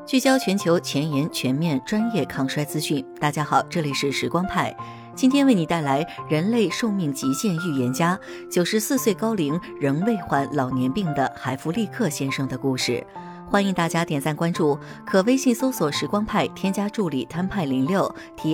聚焦全球前沿、全面、专业抗衰资讯。大家好，这里是时光派，今天为你带来人类寿命极限预言家，94岁高龄仍未患老年病的海弗利克先生的故事。欢迎大家点赞关注，可微信搜索时光派，添加助理TimePie06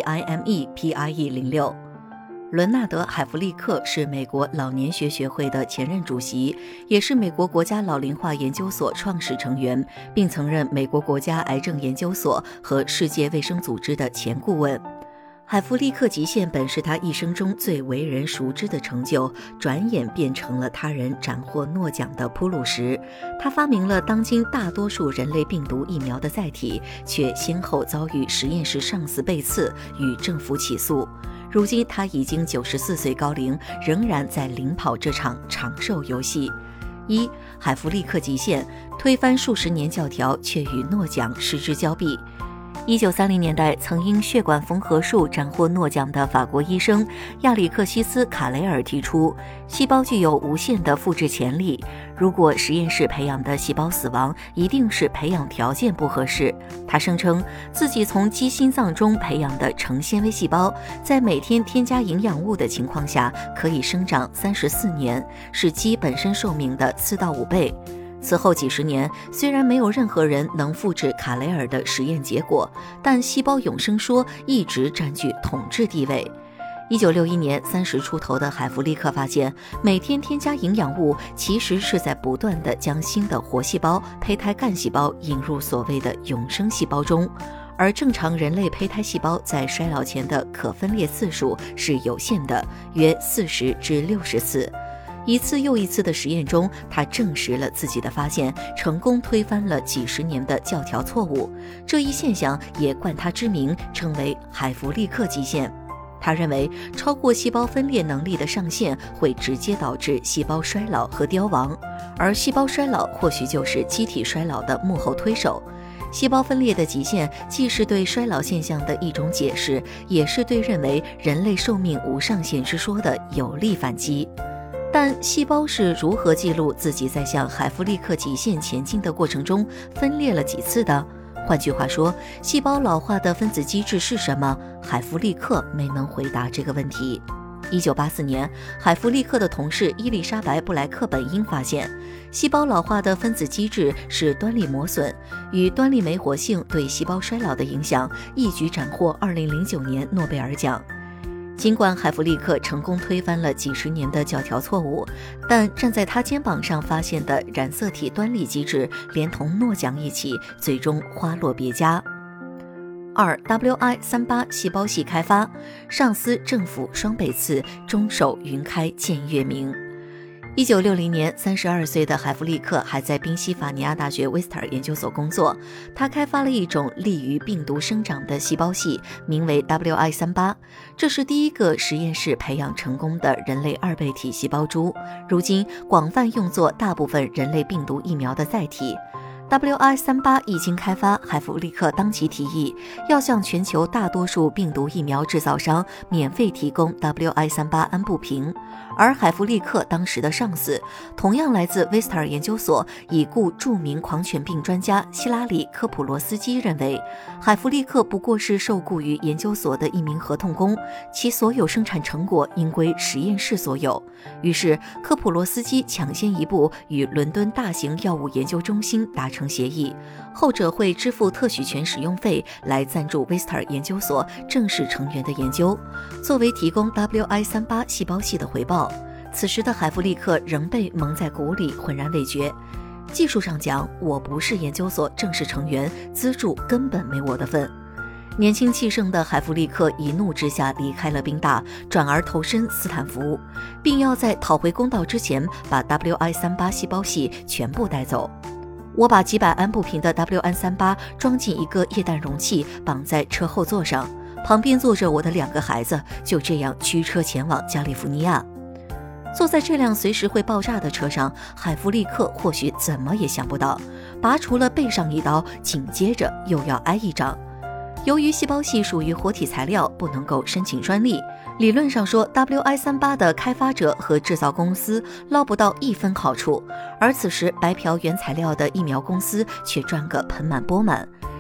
TIMEPIE06。伦纳德·海弗利克是美国老年学学会的前任主席，也是美国国家老龄化研究所创始成员，并曾任美国国家癌症研究所和世界卫生组织的前顾问。海弗利克极限本是他一生中最为人熟知的成就，转眼变成了他人斩获诺奖的铺路石。他发明了当今大多数人类病毒疫苗的载体，却先后遭遇实验室上司背刺与政府起诉。如今他已经94岁高龄，仍然在领跑这场长寿游戏。海弗利克极限，推翻数十年教条，却与诺奖失之交臂。1930年代，曾因血管缝合术斩获诺奖的法国医生亚里克西斯·卡雷尔提出，细胞具有无限的复制潜力，如果实验室培养的细胞死亡，一定是培养条件不合适。他声称自己从鸡心脏中培养的成纤维细胞，在每天添加营养物的情况下，可以生长34年，是鸡本身寿命的4到5倍。此后几十年，虽然没有任何人能复制卡雷尔的实验结果，但细胞永生说一直占据统治地位。1961年，30出头的海弗利克发现，每天添加营养物其实是在不断地将新的活细胞、胚胎干细胞引入所谓的永生细胞中，而正常人类胚胎细胞在衰老前的可分裂次数是有限的，约40至60次。一次又一次的实验中，他证实了自己的发现，成功推翻了几十年的教条错误。这一现象也冠他之名，称为海弗利克极限。他认为，超过细胞分裂能力的上限会直接导致细胞衰老和凋亡，而细胞衰老或许就是机体衰老的幕后推手。细胞分裂的极限既是对衰老现象的一种解释，也是对认为人类寿命无上限之说的有力反击。但细胞是如何记录自己在向海弗利克极限前进的过程中分裂了几次的？换句话说，细胞老化的分子机制是什么？海弗利克没能回答这个问题。1984年，海弗利克的同事伊丽莎白·布莱克本因发现，细胞老化的分子机制是端粒磨损，与端粒酶活性对细胞衰老的影响，一举斩获2009年诺贝尔奖。尽管海弗利克成功推翻了几十年的教条错误，但站在他肩膀上发现的染色体端粒机制，连同诺奖一起，最终花落别家。WI38 细胞系开发，上司政府双背刺，中手云开见月明。1960年，32岁的海弗利克还在宾夕法尼亚大学威斯特尔研究所工作。他开发了一种利于病毒生长的细胞系，名为 WI38。这是第一个实验室培养成功的人类二倍体细胞株，如今广泛用作大部分人类病毒疫苗的载体。WI38 一经开发，海弗利克当即提议要向全球大多数病毒疫苗制造商免费提供 WI38 安布平。而海弗利克当时的上司，同样来自威斯特尔研究所已故著名狂犬病专家希拉里·科普罗斯基认为，海弗利克不过是受雇于研究所的一名合同工，其所有生产成果应归实验室所有。于是科普罗斯基抢先一步与伦敦大型药物研究中心达成协议，后者会支付特许权使用费来赞助威斯特尔研究所正式成员的研究，作为提供 WI38 细胞系的回报。此时的海弗利克仍被蒙在鼓里，浑然未觉。技术上讲，我不是研究所正式成员，资助根本没我的份。年轻气盛的海弗利克一怒之下离开了宾大，转而投身斯坦福，并要在讨回公道之前把 WI38 细胞系全部带走。我把几百安布平的 WI38 装进一个液氮容器，绑在车后座上，旁边坐着我的2个孩子，就这样驱车前往加利福尼亚。坐在这辆随时会爆炸的车上，海弗利克或许怎么也想不到，拔除了背上一刀，紧接着又要挨一掌。由于细胞系属于活体材料，不能够申请专利，理论上说 WI38 的开发者和制造公司捞不到1分好处，而此时白嫖原材料的疫苗公司却赚个盆满钵满。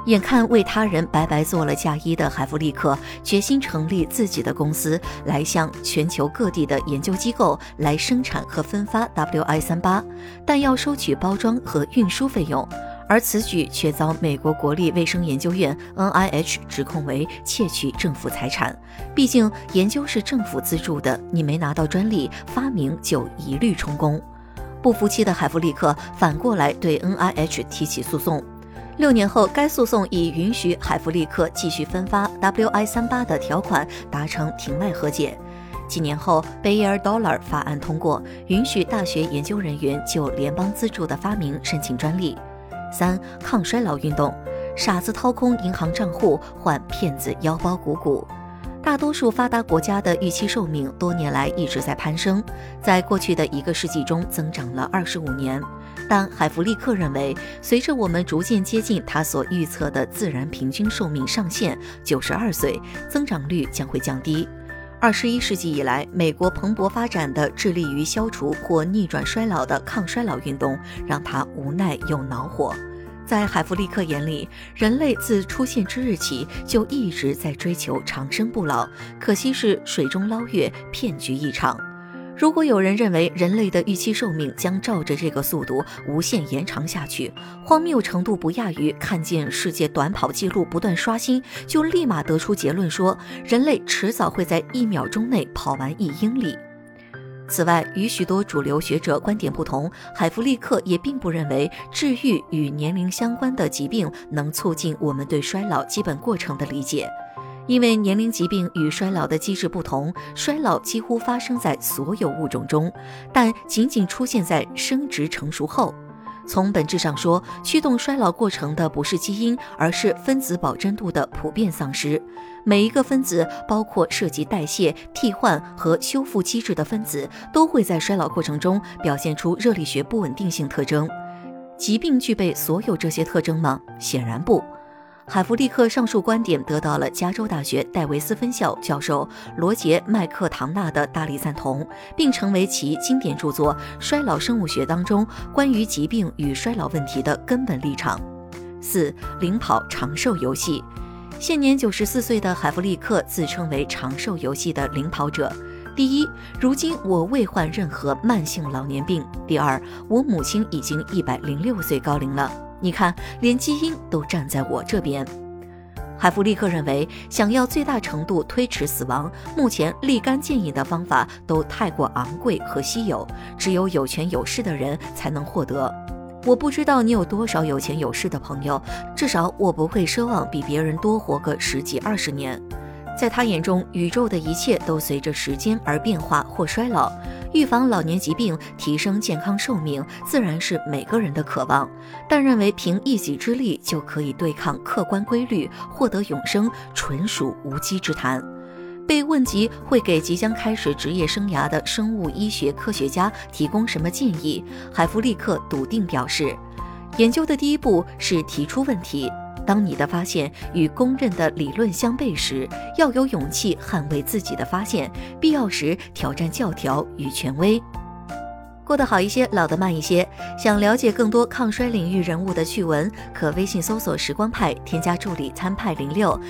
眼看为他人白白做了嫁衣的海弗利克，决心成立自己的公司，来向全球各地的研究机构来生产和分发 WI38， 但要收取包装和运输费用。而此举却遭美国国立卫生研究院 NIH 指控为窃取政府财产。毕竟研究是政府资助的，你没拿到专利，发明就一律充公。不服气的海弗利克反过来对 NIH 提起诉讼。6年后，该诉讼以允许海弗利克继续分发 WI38 的条款达成庭外和解。几年后，Bayer Dollar 法案通过，允许大学研究人员就联邦资助的发明申请专利。3. 抗衰老运动，傻子掏空银行账户，换骗子腰包鼓鼓。大多数发达国家的预期寿命多年来一直在攀升，在过去的1个世纪中增长了25年。但海弗利克认为，随着我们逐渐接近他所预测的自然平均寿命上限92岁，增长率将会降低。21世纪以来，美国蓬勃发展的致力于消除或逆转衰老的抗衰老运动，让他无奈又恼火。在海弗利克眼里，人类自出现之日起就一直在追求长生不老，可惜是水中捞月，骗局一场。如果有人认为人类的预期寿命将照着这个速度无限延长下去，荒谬程度不亚于看见世界短跑纪录不断刷新，就立马得出结论说人类迟早会在1秒钟内跑完1英里。此外，与许多主流学者观点不同，海弗利克也并不认为治愈与年龄相关的疾病能促进我们对衰老基本过程的理解。因为年龄疾病与衰老的机制不同，衰老几乎发生在所有物种中，但仅仅出现在生殖成熟后。从本质上说，驱动衰老过程的不是基因，而是分子保真度的普遍丧失。每一个分子，包括涉及代谢、替换和修复机制的分子，都会在衰老过程中表现出热力学不稳定性特征。疾病具备所有这些特征吗？显然不。海弗利克上述观点得到了加州大学戴维斯分校教授罗杰·麦克唐纳的大力赞同，并成为其经典著作《衰老生物学》当中关于疾病与衰老问题的根本立场。4. 领跑长寿游戏，现年94岁的海弗利克自称为长寿游戏的领跑者。第一，如今我未患任何慢性老年病。第二，我母亲已经106岁高龄了。你看，连基因都站在我这边。海弗利克认为，想要最大程度推迟死亡，目前立竿见影的方法都太过昂贵和稀有，只有有权有势的人才能获得。我不知道你有多少有钱有势的朋友，至少我不会奢望比别人多活个10几20年。在他眼中，宇宙的一切都随着时间而变化或衰老。预防老年疾病，提升健康寿命，自然是每个人的渴望。但认为凭一己之力就可以对抗客观规律，获得永生，纯属无稽之谈。被问及会给即将开始职业生涯的生物医学科学家提供什么建议，海弗利克笃定表示，研究的第一步是提出问题。当你的发现与公认的理论相悖时，要有勇气捍卫自己的发现，必要时挑战教条与权威。过得好一些，老得慢一些。想了解更多抗衰领域人物的趣闻，可微信搜索时光派，添加助理参派06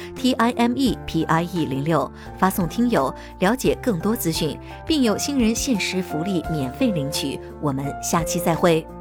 TIMEPIE06，发送听友了解更多资讯，并有新人限时福利免费领取。我们下期再会。